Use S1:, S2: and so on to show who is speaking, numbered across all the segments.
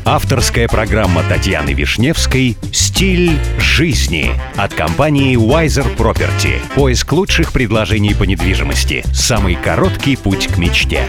S1: Авторская программа Татьяны Вишневской «Стиль жизни» от компании Wiser Property. Поиск лучших предложений по недвижимости. Самый короткий путь к мечте.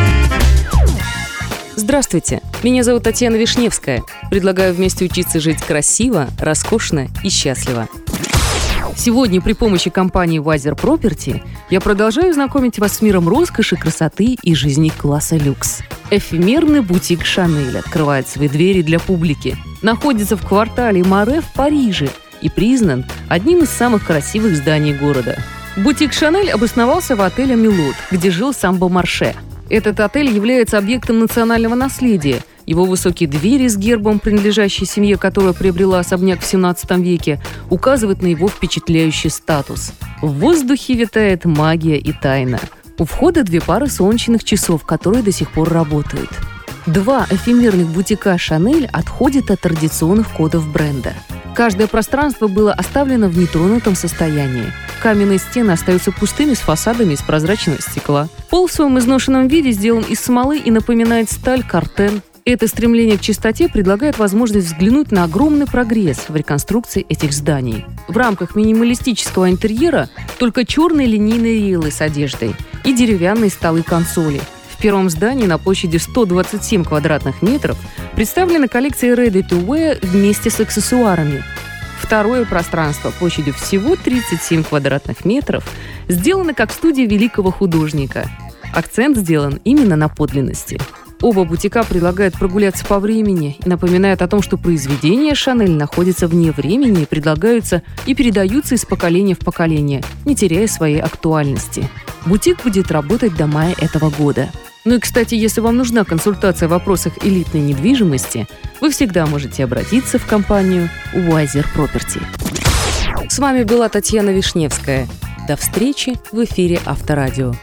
S2: Здравствуйте, меня зовут Татьяна Вишневская. Предлагаю вместе учиться жить красиво, роскошно и счастливо. Сегодня при помощи компании Wiser Property я продолжаю знакомить вас с миром роскоши, красоты и жизни класса люкс. Эфемерный бутик «Шанель» открывает свои двери для публики. Находится в квартале Маре в Париже и признан одним из самых красивых зданий города. Бутик «Шанель» обосновался в отеле «Милот», где жил сам Бомарше. Этот отель является объектом национального наследия. Его высокие двери с гербом, принадлежащей семье, которая приобрела особняк в 17 веке, указывают на его впечатляющий статус. В воздухе витает магия и тайна. У входа 2 пары солнечных часов, которые до сих пор работают. 2 эфемерных бутика «Шанель» отходят от традиционных кодов бренда. Каждое пространство было оставлено в нетронутом состоянии. Каменные стены остаются пустыми с фасадами из прозрачного стекла. Пол в своем изношенном виде сделан из смолы и напоминает сталь картен. Это стремление к чистоте предлагает возможность взглянуть на огромный прогресс в реконструкции этих зданий. В рамках минималистического интерьера только черные линейные рилы с одеждой и деревянные столы-консоли. В первом здании на площади 127 квадратных метров представлена коллекция Ready to Wear вместе с аксессуарами. Второе пространство площадью всего 37 квадратных метров сделано как студия великого художника. Акцент сделан именно на подлинности. Оба бутика предлагают прогуляться по времени и напоминают о том, что произведения «Шанель» находятся вне времени и предлагаются и передаются из поколения в поколение, не теряя своей актуальности. Бутик будет работать до мая этого года. Ну и, кстати, если вам нужна консультация в вопросах элитной недвижимости, вы всегда можете обратиться в компанию Wiser Property. С вами была Татьяна Вишневская. До встречи в эфире Авторадио.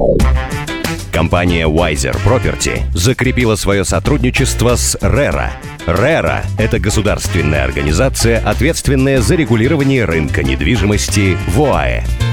S1: Компания Wiser Property закрепила свое сотрудничество с RERA. RERA – это государственная организация, ответственная за регулирование рынка недвижимости в ОАЭ.